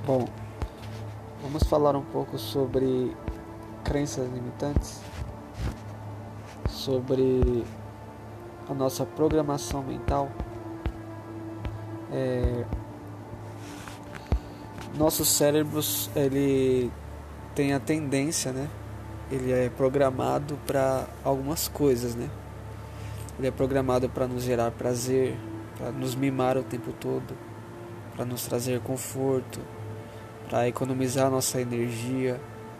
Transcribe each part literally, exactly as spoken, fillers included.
Bom, vamos falar um pouco sobre crenças limitantes, sobre a nossa programação mental. É, nosso cérebro, ele tem a tendência, né? Ele é programado para algumas coisas, né? Ele é programado para nos gerar prazer, para nos mimar o tempo todo, para nos trazer conforto, para economizar nossa energia.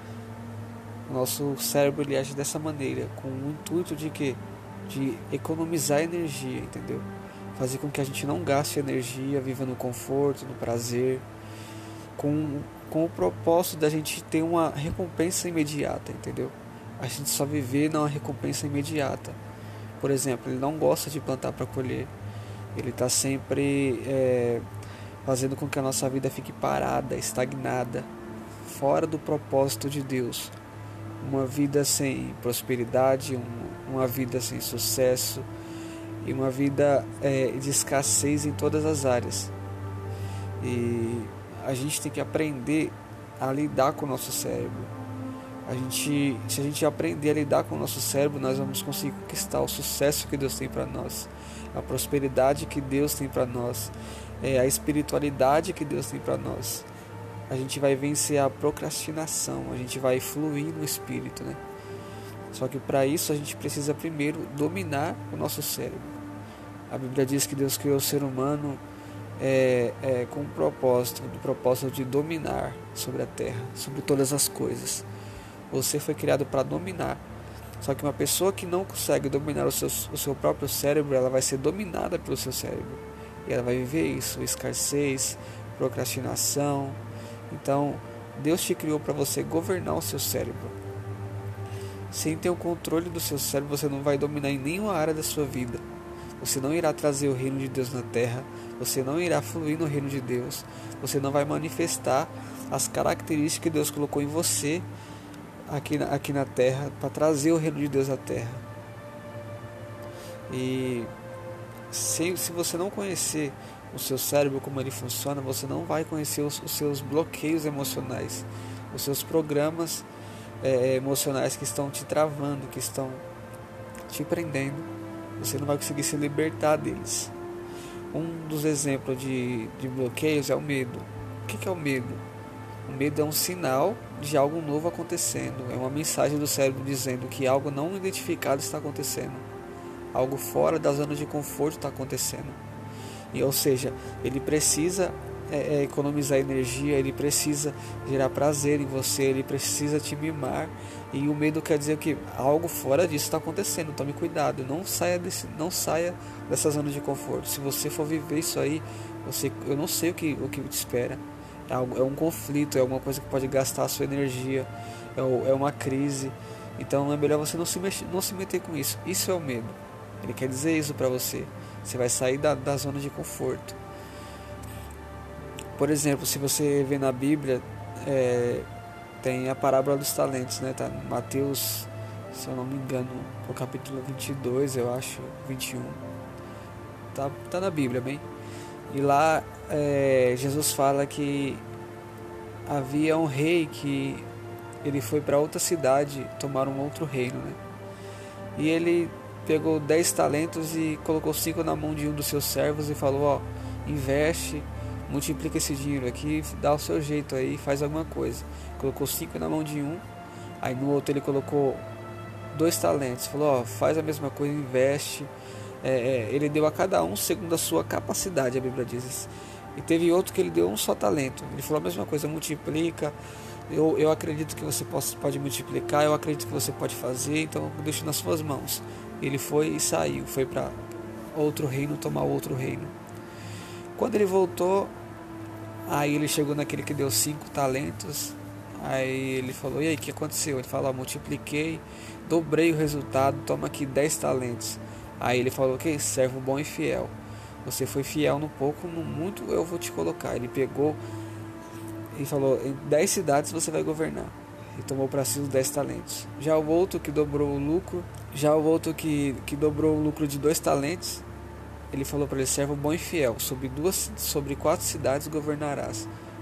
O nosso cérebro ele age dessa maneira, com o intuito de que de economizar energia, entendeu? Fazer com que a gente não gaste energia, viva no conforto, no prazer, com, com o propósito da gente ter uma recompensa imediata, entendeu? A gente só viver numa recompensa imediata. Por exemplo, ele não gosta de plantar para colher. Ele está sempre é, fazendo com que a nossa vida fique parada, estagnada, fora do propósito de Deus. Uma vida sem prosperidade, um, uma vida sem sucesso e uma vida é, de escassez em todas as áreas. E a gente tem que aprender a lidar com o nosso cérebro. A gente, se a gente aprender a lidar com o nosso cérebro, nós vamos conseguir conquistar o sucesso que Deus tem para nós, a prosperidade que Deus tem para nós, é, a espiritualidade que Deus tem para nós. A gente vai vencer a procrastinação, a gente vai fluir no espírito, né? Só que para isso a gente precisa primeiro dominar o nosso cérebro. A Bíblia diz que Deus criou o ser humano é, é, com o propósito, o propósito de dominar sobre a terra, sobre todas as coisas. Você foi criado para dominar. Só que uma pessoa que não consegue dominar o seu, o seu próprio cérebro, ela vai ser dominada pelo seu cérebro. E ela vai viver isso, escassez, procrastinação. Então, Deus te criou para você governar o seu cérebro. Sem ter o controle do seu cérebro, você não vai dominar em nenhuma área da sua vida. Você não irá trazer o reino de Deus na terra. Você não irá fluir no reino de Deus. Você não vai manifestar as características que Deus colocou em você aqui na, aqui na terra, para trazer o reino de Deus à terra. E se, se você não conhecer o seu cérebro, como ele funciona, você não vai conhecer os, os seus bloqueios emocionais, os seus programas é, emocionais que estão te travando, que estão te prendendo. Você não vai conseguir se libertar deles. Um dos exemplos de, de bloqueios é o medo. O que, que é o medo? O medo é um sinal de algo novo acontecendo. É uma mensagem do cérebro dizendo que algo não identificado está acontecendo. Algo fora da zona de conforto está acontecendo. E, ou seja, ele precisa é, é, economizar energia, ele precisa gerar prazer em você, ele precisa te mimar. E o medo quer dizer que algo fora disso está acontecendo. Tome cuidado, não saia, desse, não saia dessa zona de conforto. Se você for viver isso aí, você, eu não sei o que, o que te espera. É, algo, é um conflito, é alguma coisa que pode gastar a sua energia, é, é uma crise. Então é melhor você não se, mexer, não se meter com isso. Isso é o medo. Ele quer dizer isso para você. Você vai sair da, da zona de conforto. Por exemplo, se você vê na Bíblia, é, tem a parábola dos talentos, né? Tá em Mateus, se eu não me engano, o capítulo vinte e dois, eu acho, vinte e um. Tá, tá na Bíblia, bem. E lá é, Jesus fala que havia um rei que ele foi para outra cidade tomar um outro reino, né? E ele pegou dez talentos e colocou cinco na mão de um dos seus servos e falou, ó, investe, multiplica esse dinheiro aqui, dá o seu jeito aí, faz alguma coisa. Colocou cinco na mão de um, aí no outro ele colocou dois talentos, falou, ó, faz a mesma coisa, investe. É, é, ele deu a cada um segundo a sua capacidade, a Bíblia diz. E teve outro que ele deu um só talento, ele falou a mesma coisa, multiplica. Eu, eu acredito que você pode, pode multiplicar, eu acredito que você pode fazer, então eu deixo nas suas mãos. Ele foi e saiu, foi para outro reino, tomar outro reino. Quando ele voltou, aí ele chegou naquele que deu cinco talentos. Aí ele falou, e aí, o que aconteceu? Ele falou, multipliquei, dobrei o resultado, toma aqui dez talentos. Aí ele falou, que servo bom e fiel. Você foi fiel no pouco, no muito eu vou te colocar. Ele pegou e falou, em dez cidades você vai governar. E tomou para si os dez talentos. Já o outro que dobrou o lucro, já o outro que, que dobrou o lucro de dois talentos, ele falou para ele, servo bom e fiel, sobre, duas, sobre quatro cidades governarás.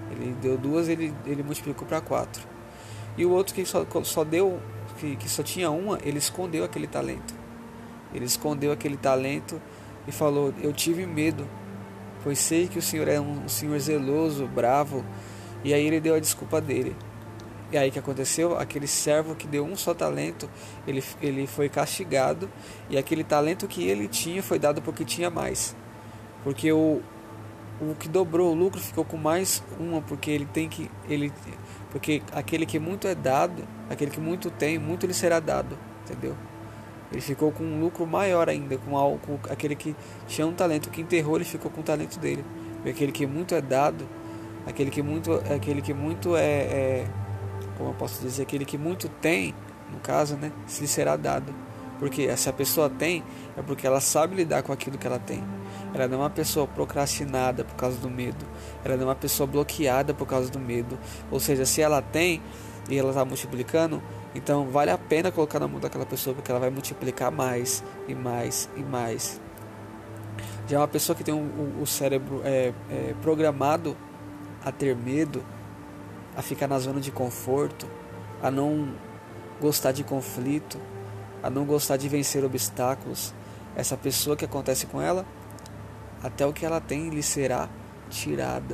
Ele deu duas, ele, ele multiplicou para quatro. E o outro que só, só deu, que, que só tinha uma, ele escondeu aquele talento. Ele escondeu aquele talento e falou: eu tive medo, pois sei que o Senhor é um, um Senhor zeloso, bravo. E aí ele deu a desculpa dele. E aí o que aconteceu? Aquele servo que deu um só talento, ele, ele foi castigado, e aquele talento que ele tinha foi dado porque tinha mais. Porque o, o que dobrou o lucro ficou com mais uma, porque ele tem que ele porque aquele que muito é dado, aquele que muito tem, muito lhe será dado, entendeu? Ele ficou com um lucro maior ainda, com, algo, com aquele que tinha um talento que enterrou, ele ficou com o talento dele. Porque aquele que muito é dado, aquele que muito, aquele que muito é, é como eu posso dizer, aquele que muito tem, no caso, né, se lhe será dado. Porque se a pessoa tem, é porque ela sabe lidar com aquilo que ela tem. Ela não é uma pessoa procrastinada por causa do medo. Ela não é uma pessoa bloqueada por causa do medo. Ou seja, se ela tem e ela está multiplicando, então vale a pena colocar na mão daquela pessoa, porque ela vai multiplicar mais e mais e mais. Já uma pessoa que tem o, o, o cérebro é, é, programado a ter medo, a ficar na zona de conforto, a não gostar de conflito, a não gostar de vencer obstáculos, essa pessoa, que acontece com ela, até o que ela tem lhe será tirada.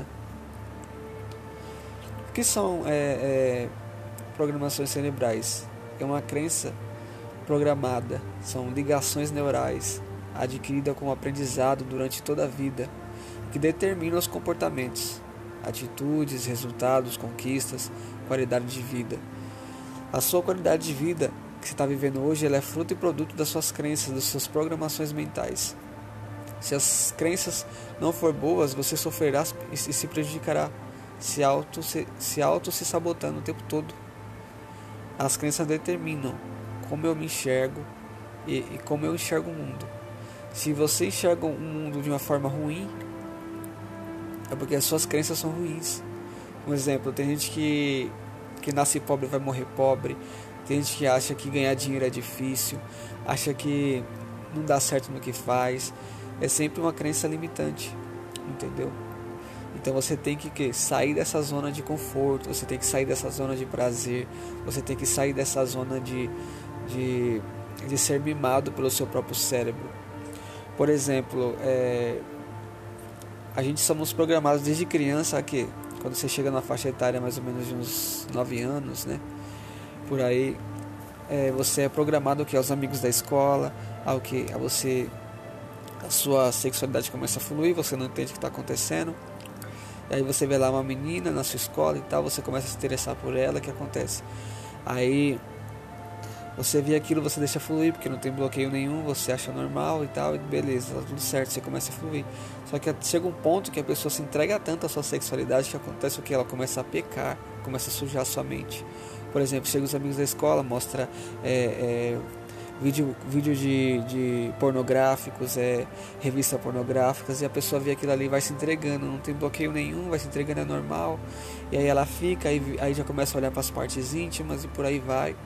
O que são é, é, programações cerebrais? É uma crença programada, são ligações neurais adquiridas com o aprendizado durante toda a vida, que determinam os comportamentos, atitudes, resultados, conquistas, qualidade de vida. A sua qualidade de vida que você está vivendo hoje, ela é fruto e produto das suas crenças, das suas programações mentais. Se as crenças não for boas, você sofrerá e se prejudicará, se auto se, se, auto se sabotando o tempo todo. As crenças determinam como eu me enxergo e, e como eu enxergo o mundo. Se você enxerga o mundo de uma forma ruim, é porque as suas crenças são ruins. Um exemplo, tem gente que, que nasce pobre e vai morrer pobre. Tem gente que acha que ganhar dinheiro é difícil, acha que não dá certo no que faz. É sempre uma crença limitante, entendeu? Então você tem que, que sair dessa zona de conforto, você tem que sair dessa zona de prazer, você tem que sair dessa zona de, de, de ser mimado pelo seu próprio cérebro. Por exemplo, é, a gente somos programados desde criança a que, quando você chega na faixa etária mais ou menos de uns nove anos, né? Por aí, é, você é programado que aos amigos da escola, ao que a você, a sua sexualidade começa a fluir, você não entende o que está acontecendo. E aí você vê lá uma menina na sua escola e tal, você começa a se interessar por ela, o que acontece? Aí você vê aquilo, você deixa fluir, porque não tem bloqueio nenhum, você acha normal e tal, e beleza, tá tudo certo, você começa a fluir. Só que chega um ponto que a pessoa se entrega tanto à sua sexualidade que acontece o que? Ela começa a pecar, começa a sujar a sua mente. Por exemplo, chega os amigos da escola, mostra é, é, vídeo, vídeo de, de pornográficos, é, revistas pornográficas, e a pessoa vê aquilo ali e vai se entregando, não tem bloqueio nenhum, vai se entregando, é normal. E aí ela fica, aí, aí já começa a olhar para as partes íntimas e por aí vai.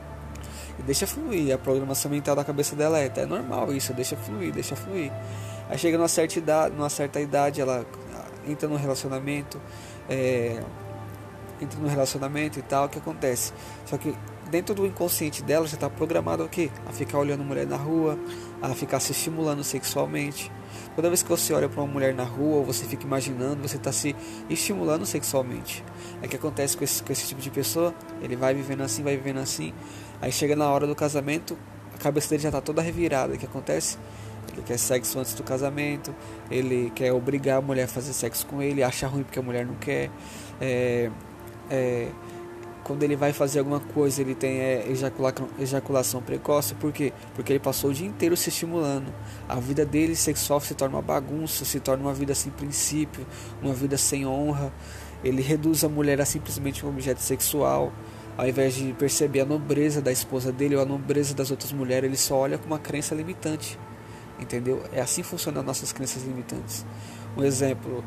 E deixa fluir, a programação mental da cabeça dela é, é normal isso, deixa fluir, deixa fluir. Aí chega numa certa idade, numa certa idade ela entra num relacionamento, é, entra no relacionamento e tal, o que acontece? Só que dentro do inconsciente dela já está programado o quê? A ficar olhando mulher na rua, a ficar se estimulando sexualmente. Toda vez que você olha para uma mulher na rua, ou você fica imaginando, você está se estimulando sexualmente. É o que acontece com esse, com esse tipo de pessoa, ele vai vivendo assim, vai vivendo assim, aí chega na hora do casamento, a cabeça dele já está toda revirada. O que acontece? Ele quer sexo antes do casamento, ele quer obrigar a mulher a fazer sexo com ele, acha ruim porque a mulher não quer. É... É, quando ele vai fazer alguma coisa, ele tem é, ejacula, ejaculação precoce. Por quê? Porque ele passou o dia inteiro se estimulando. A vida dele sexual se torna uma bagunça, se torna uma vida sem princípio, uma vida sem honra. Ele reduz a mulher a simplesmente um objeto sexual. Ao invés de perceber a nobreza da esposa dele ou a nobreza das outras mulheres, ele só olha com uma crença limitante. Entendeu? É assim que funcionam as nossas crenças limitantes. Um exemplo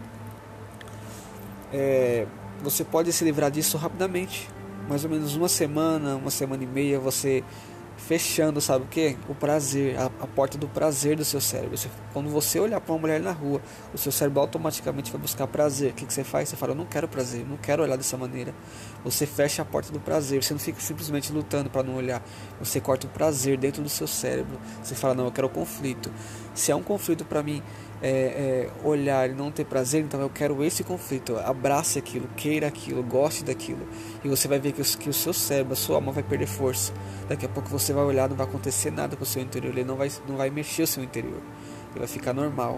é... Você pode se livrar disso rapidamente. Mais ou menos uma semana, uma semana e meia, você fechando, sabe o que? O prazer, a, a porta do prazer do seu cérebro. Você, quando você olhar para uma mulher na rua, o seu cérebro automaticamente vai buscar prazer. O que, que você faz? Você fala, eu não quero prazer, eu não quero olhar dessa maneira. Você fecha a porta do prazer, você não fica simplesmente lutando para não olhar. Você corta o prazer dentro do seu cérebro. Você fala, não, eu quero conflito. Se é um conflito para mim é, é, olhar e não ter prazer, então eu quero esse conflito. Abrace aquilo, queira aquilo, goste daquilo. E você vai ver que, os, que o seu cérebro, a sua alma vai perder força. Daqui a pouco você vai olhar, não vai acontecer nada com o seu interior. Ele não vai, não vai mexer o seu interior. Ele vai ficar normal.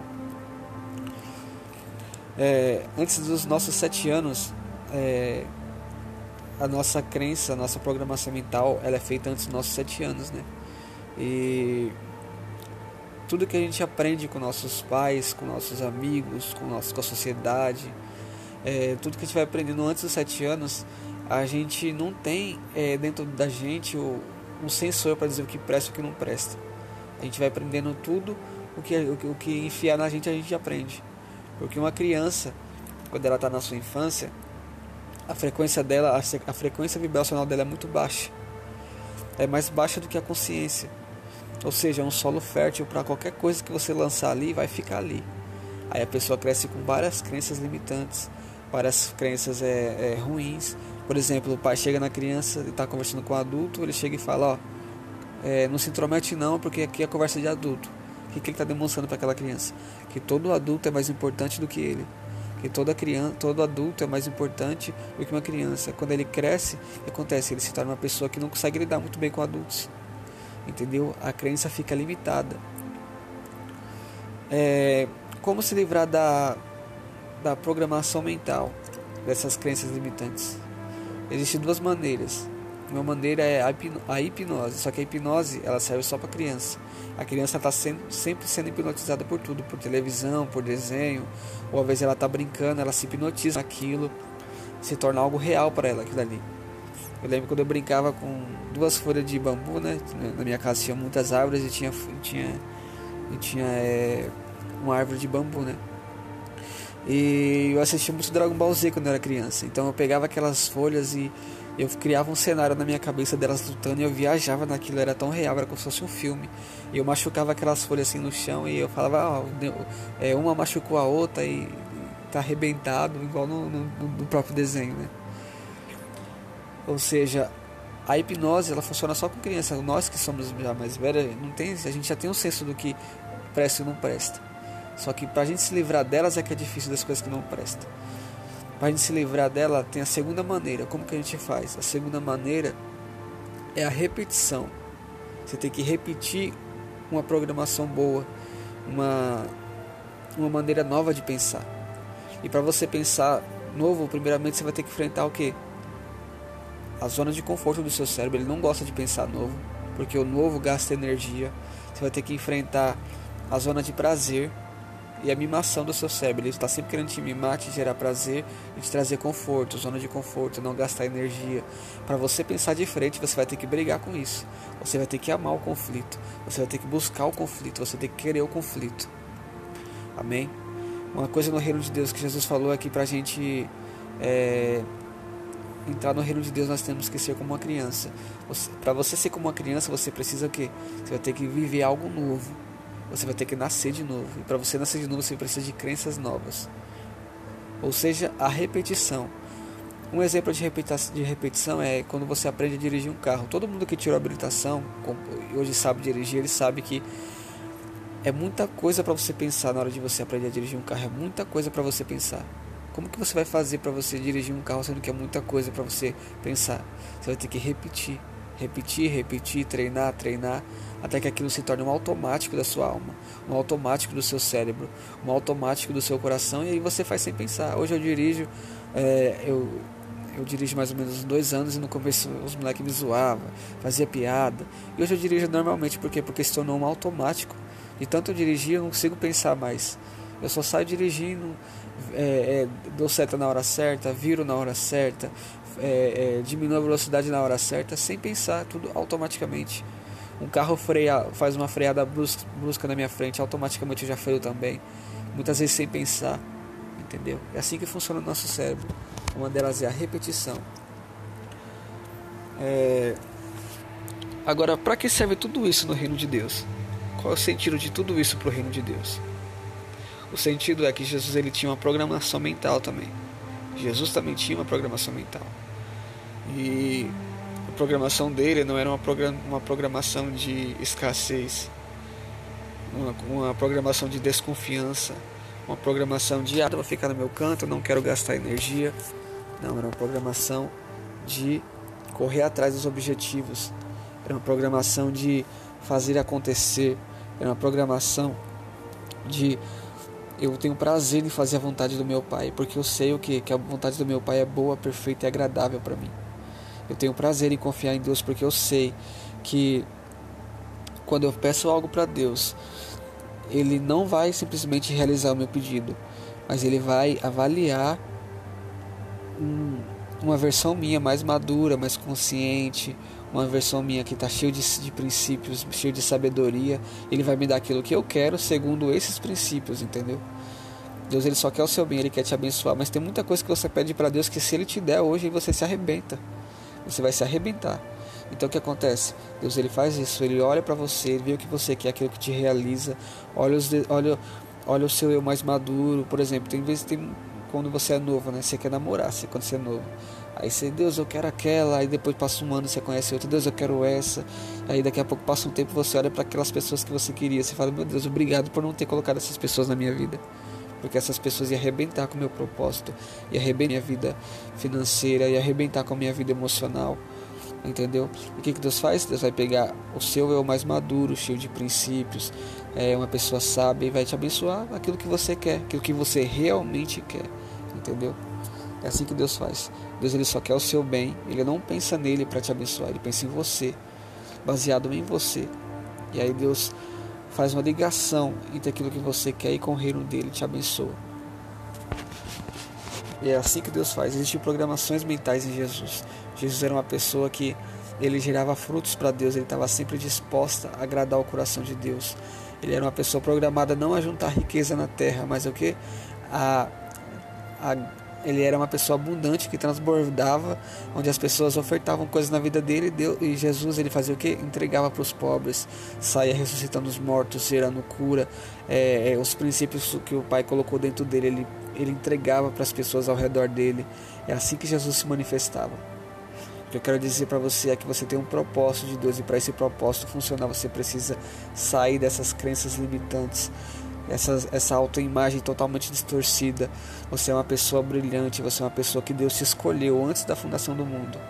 É, antes dos nossos sete anos, é, a nossa crença, a nossa programação mental, ela é feita antes dos nossos sete anos, né? E tudo que a gente aprende com nossos pais, com nossos amigos, com, nosso, com a sociedade, é, tudo que a gente vai aprendendo antes dos sete anos, a gente não tem é, dentro da gente o, um sensor para dizer o que presta e o que não presta. A gente vai aprendendo tudo, o que, o, o que enfiar na gente, a gente aprende. Porque uma criança, quando ela está na sua infância, a frequência dela, a, a frequência vibracional dela é muito baixa. É mais baixa do que a consciência. Ou seja, é um solo fértil para qualquer coisa que você lançar ali, vai ficar ali. Aí a pessoa cresce com várias crenças limitantes, várias crenças é, é, ruins. Por exemplo, o pai chega na criança e está conversando com o adulto, ele chega e fala, ó, é, não se intromete não, porque aqui é conversa de adulto. O que, que ele está demonstrando para aquela criança? Que todo adulto é mais importante do que ele. Que toda criança, todo adulto é mais importante do que uma criança. Quando ele cresce, o que acontece? Ele se torna uma pessoa que não consegue lidar muito bem com adultos. Entendeu? A crença fica limitada. É, como se livrar da, da programação mental, dessas crenças limitantes? Existem duas maneiras. Uma maneira é a hipnose, só que a hipnose ela serve só para criança. A criança está sempre sendo hipnotizada por tudo, por televisão, por desenho, ou às vezes ela está brincando, ela se hipnotiza naquilo, se torna algo real para ela aquilo ali. Eu lembro quando eu brincava com duas folhas de bambu, né? Na minha casa tinha muitas árvores e tinha, tinha, e tinha é, uma árvore de bambu, né? E eu assistia muito Dragon Ball Z quando eu era criança. Então eu pegava aquelas folhas e eu criava um cenário na minha cabeça delas lutando e eu viajava naquilo, era tão real, era como se fosse um filme. E eu machucava aquelas folhas assim no chão e eu falava, ó, é, uma machucou a outra e tá arrebentado, igual no, no, no próprio desenho, né? Ou seja, a hipnose ela funciona só com criança. Nós que somos já mais velhos, não tem, a gente já tem um senso do que presta e não presta. Só que pra gente se livrar delas é que é difícil das coisas que não prestam. Pra gente se livrar dela tem a segunda maneira. Como que a gente faz? A segunda maneira é a repetição. Você tem que repetir uma programação boa, uma, uma maneira nova de pensar. E para você pensar novo, primeiramente você vai ter que enfrentar o quê? A zona de conforto do seu cérebro. Ele não gosta de pensar novo, porque o novo gasta energia. Você vai ter que enfrentar a zona de prazer e a mimação do seu cérebro. Ele está sempre querendo te mimar, te gerar prazer e te trazer conforto, zona de conforto, não gastar energia. Para você pensar diferente, você vai ter que brigar com isso. Você vai ter que amar o conflito. Você vai ter que buscar o conflito. Você tem que querer o conflito. Amém? Uma coisa no reino de Deus que Jesus falou aqui pra gente é, entrar no reino de Deus, nós temos que ser como uma criança. Para você ser como uma criança, você precisa o quê? Você vai ter que viver algo novo. Você vai ter que nascer de novo. E para você nascer de novo, você precisa de crenças novas. Ou seja, a repetição. Um exemplo de repetição é quando você aprende a dirigir um carro. Todo mundo que tirou a habilitação e hoje sabe dirigir, ele sabe que é muita coisa para você pensar na hora de você aprender a dirigir um carro. É muita coisa para você pensar. Como que você vai fazer para você dirigir um carro sendo que é muita coisa para você pensar? Você vai ter que repetir, repetir, repetir, treinar, treinar, até que aquilo se torne um automático da sua alma, um automático do seu cérebro, um automático do seu coração, e aí você faz sem pensar. Hoje eu dirijo, é, eu, eu dirijo mais ou menos uns dois anos e no começo os moleques me zoavam, fazia piada, e hoje eu dirijo normalmente, por quê? Porque se tornou um automático. De tanto eu dirigir, eu não consigo pensar mais. Eu só saio dirigindo, é, é, dou seta na hora certa, viro na hora certa, é, é, diminuo a velocidade na hora certa, sem pensar, tudo automaticamente. Um carro freia, faz uma freada brusca, brusca na minha frente, automaticamente eu já freio também. Muitas vezes sem pensar, entendeu? É assim que funciona o nosso cérebro. Uma delas é a repetição. É, Agora, para que serve tudo isso no reino de Deus? Qual é o sentido de tudo isso para o reino de Deus? O sentido é que Jesus ele tinha uma programação mental também. Jesus também tinha uma programação mental. E a programação dele não era uma, program, uma programação de escassez, uma, uma programação de desconfiança, uma programação de ah, eu vou ficar no meu canto, eu não quero gastar energia. Não, era uma programação de correr atrás dos objetivos. Era uma programação de fazer acontecer. Era uma programação de eu tenho prazer em fazer a vontade do meu Pai, porque eu sei o que que a vontade do meu Pai é boa, perfeita e agradável para mim. Eu tenho prazer em confiar em Deus, porque eu sei que quando eu peço algo para Deus, Ele não vai simplesmente realizar o meu pedido, mas Ele vai avaliar um, uma versão minha mais madura, mais consciente, uma versão minha que está cheia de, de princípios, cheia de sabedoria. Ele vai me dar aquilo que eu quero segundo esses princípios, entendeu? Deus ele só quer o seu bem, Ele quer te abençoar, mas tem muita coisa que você pede para Deus que se Ele te der hoje, você se arrebenta. Você vai se arrebentar. Então o que acontece? Deus ele faz isso, Ele olha para você, Ele vê o que você quer, aquilo que te realiza, olha, os de, olha, olha o seu eu mais maduro. Por exemplo, tem vezes tem, quando você é novo, né? Você quer namorar, você, quando você é novo. Aí você, Deus, eu quero aquela. Aí depois passa um ano, você conhece outra. Deus, eu quero essa. Aí daqui a pouco passa um tempo, você olha para aquelas pessoas que você queria. Você fala, meu Deus, obrigado por não ter colocado essas pessoas na minha vida. Porque essas pessoas iam arrebentar com o meu propósito, iam arrebentar com a minha vida financeira, iam arrebentar com a minha vida emocional. Entendeu? E o que, que Deus faz? Deus vai pegar o seu eu mais maduro, cheio de princípios, é uma pessoa sábia, e vai te abençoar aquilo que você quer, aquilo que você realmente quer. Entendeu? É assim que Deus faz. Deus ele só quer o seu bem. Ele não pensa nele para te abençoar, Ele pensa em você, baseado em você. E aí Deus faz uma ligação entre aquilo que você quer e com o reino dele, te abençoa. E é assim que Deus faz. Existem programações mentais em Jesus. Jesus era uma pessoa que ele gerava frutos para Deus. Ele estava sempre disposta a agradar o coração de Deus. Ele era uma pessoa programada não a juntar riqueza na terra, mas o que? A, a, ele era uma pessoa abundante que transbordava, onde as pessoas ofertavam coisas na vida dele. Deus, e Jesus ele fazia o que? Entregava para os pobres, saía ressuscitando os mortos, gerando cura. É, é, os princípios que o Pai colocou dentro dele, ele, ele entregava para as pessoas ao redor dele. É assim que Jesus se manifestava. O que eu quero dizer para você é que você tem um propósito de Deus, e para esse propósito funcionar você precisa sair dessas crenças limitantes, essa, essa autoimagem totalmente distorcida. Você é uma pessoa brilhante, você é uma pessoa que Deus te escolheu antes da fundação do mundo.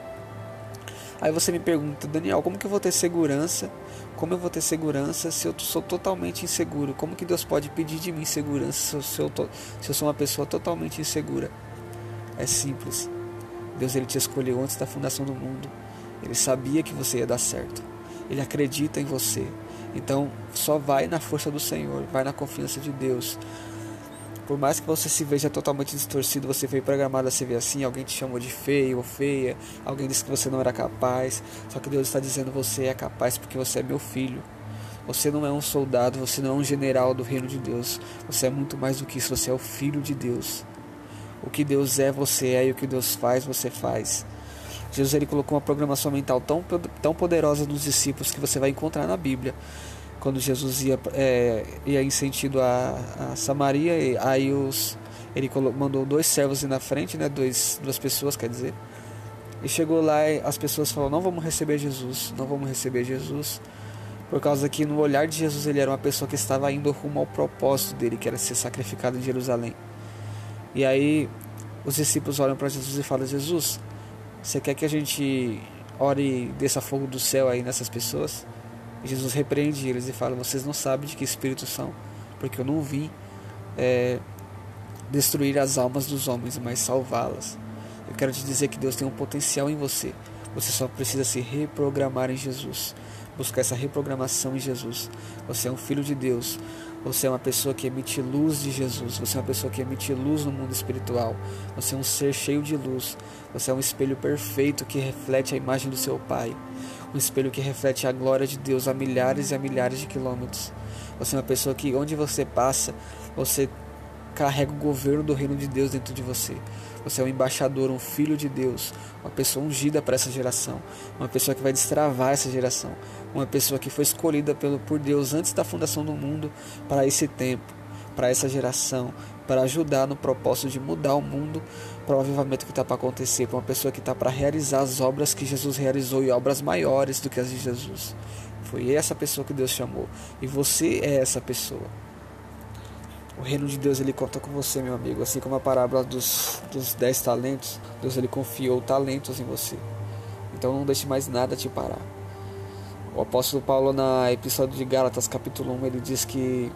Aí você me pergunta, Daniel, como que eu vou ter segurança? Como eu vou ter segurança se eu sou totalmente inseguro? Como que Deus pode pedir de mim segurança se eu, se eu sou uma pessoa totalmente insegura? É simples. Deus ele te escolheu antes da fundação do mundo. Ele sabia que você ia dar certo. Ele acredita em você. Então só vai na força do Senhor, vai na confiança de Deus. Por mais que você se veja totalmente distorcido, você foi programado a se ver assim, alguém te chamou de feio ou feia, alguém disse que você não era capaz. Só que Deus está dizendo, você é capaz porque você é meu filho. Você não é um soldado, você não é um general do reino de Deus. Você é muito mais do que isso, você é o filho de Deus. O que Deus é, você é, e o que Deus faz, você faz. Jesus ele colocou uma programação mental tão, tão poderosa nos discípulos que você vai encontrar na Bíblia. Quando Jesus ia, é, ia em sentido a, a Samaria, e aí os, ele mandou dois servos ir na frente, né, dois, duas pessoas, quer dizer. E chegou lá e as pessoas falaram, não vamos receber Jesus, não vamos receber Jesus. Por causa que no olhar de Jesus ele era uma pessoa que estava indo rumo ao propósito dele, que era ser sacrificado em Jerusalém. E aí os discípulos olham para Jesus e falam, Jesus, você quer que a gente ore e desça fogo do céu aí nessas pessoas? E Jesus repreende eles e fala, vocês não sabem de que espírito são, porque eu não vim é, destruir as almas dos homens, mas salvá-las. Eu quero te dizer que Deus tem um potencial em você. Você só precisa se reprogramar em Jesus, buscar essa reprogramação em Jesus. Você é um filho de Deus. Você é uma pessoa que emite luz de Jesus. Você é uma pessoa que emite luz no mundo espiritual. Você é um ser cheio de luz. Você é um espelho perfeito que reflete a imagem do seu Pai. Um espelho que reflete a glória de Deus a milhares e a milhares de quilômetros. Você é uma pessoa que onde você passa, você carrega o governo do reino de Deus dentro de você. Você é um embaixador, um filho de Deus, uma pessoa ungida para essa geração, uma pessoa que vai destravar essa geração, uma pessoa que foi escolhida pelo, por Deus antes da fundação do mundo para esse tempo, para essa geração, para ajudar no propósito de mudar o mundo para o avivamento que está para acontecer, para uma pessoa que está para realizar as obras que Jesus realizou e obras maiores do que as de Jesus. Foi essa pessoa que Deus chamou, e você é essa pessoa. O reino de Deus, ele conta com você, meu amigo. Assim como a parábola dos, dos dez talentos, Deus, ele confiou talentos em você. Então não deixe mais nada te parar. O apóstolo Paulo, na Epístola de Gálatas, capítulo um, ele diz que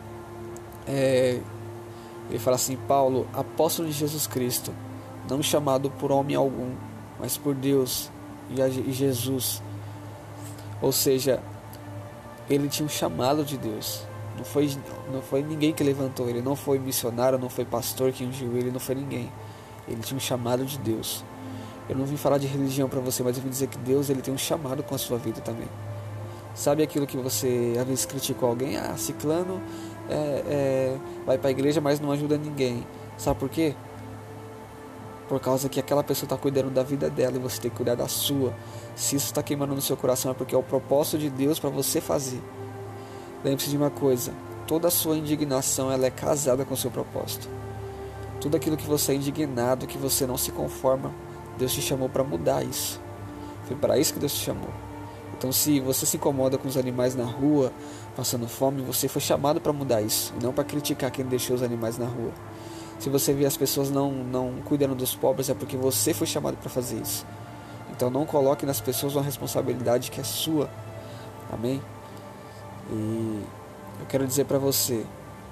é, ele fala assim: Paulo, apóstolo de Jesus Cristo, não chamado por homem algum, mas por Deus e, a, e Jesus. Ou seja, ele tinha um chamado de Deus. Não foi, não foi ninguém que levantou ele, não foi missionário, não foi pastor que ungiu ele, não foi ninguém. Ele tinha um chamado de Deus. Eu não vim falar de religião para você, mas eu vim dizer que Deus, ele tem um chamado com a sua vida também. Sabe aquilo que você às vezes critica alguém? Ah, ciclano é, é, vai para a igreja, mas não ajuda ninguém. Sabe por quê? Por causa que aquela pessoa está cuidando da vida dela e você tem que cuidar da sua. Se isso está queimando no seu coração, é porque é o propósito de Deus para você fazer. Lembre-se de uma coisa: toda a sua indignação, ela é casada com o seu propósito. Tudo aquilo que você é indignado, que você não se conforma, Deus te chamou para mudar isso. Foi para isso que Deus te chamou. Então, se você se incomoda com os animais na rua, passando fome, você foi chamado para mudar isso, e não para criticar quem deixou os animais na rua. Se você vê as pessoas não, não cuidando dos pobres, é porque você foi chamado para fazer isso. Então não coloque nas pessoas uma responsabilidade que é sua. Amém? E eu quero dizer para você,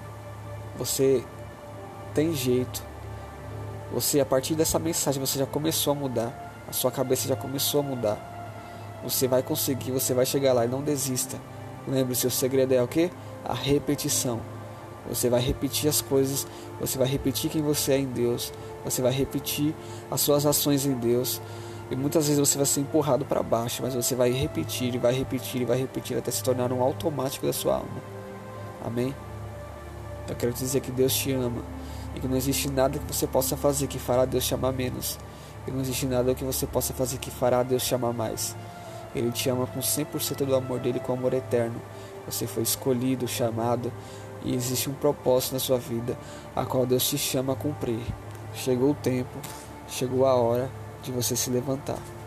você tem jeito. Você, a partir dessa mensagem, você já começou a mudar. A sua cabeça já começou a mudar. Você vai conseguir, você vai chegar lá, e não desista. Lembre-se, o segredo é o quê? A repetição. Você vai repetir as coisas, você vai repetir quem você é em Deus, você vai repetir as suas ações em Deus. E muitas vezes você vai ser empurrado para baixo, mas você vai repetir, e vai repetir, e vai repetir, até se tornar um automático da sua alma. Amém? Eu quero te dizer que Deus te ama, e que não existe nada que você possa fazer que fará Deus te amar menos. E não existe nada que você possa fazer que fará Deus te amar mais. Ele te ama com cem por cento do amor dele, com amor eterno. Você foi escolhido, chamado, e existe um propósito na sua vida, a qual Deus te chama a cumprir. Chegou o tempo, chegou a hora de você se levantar.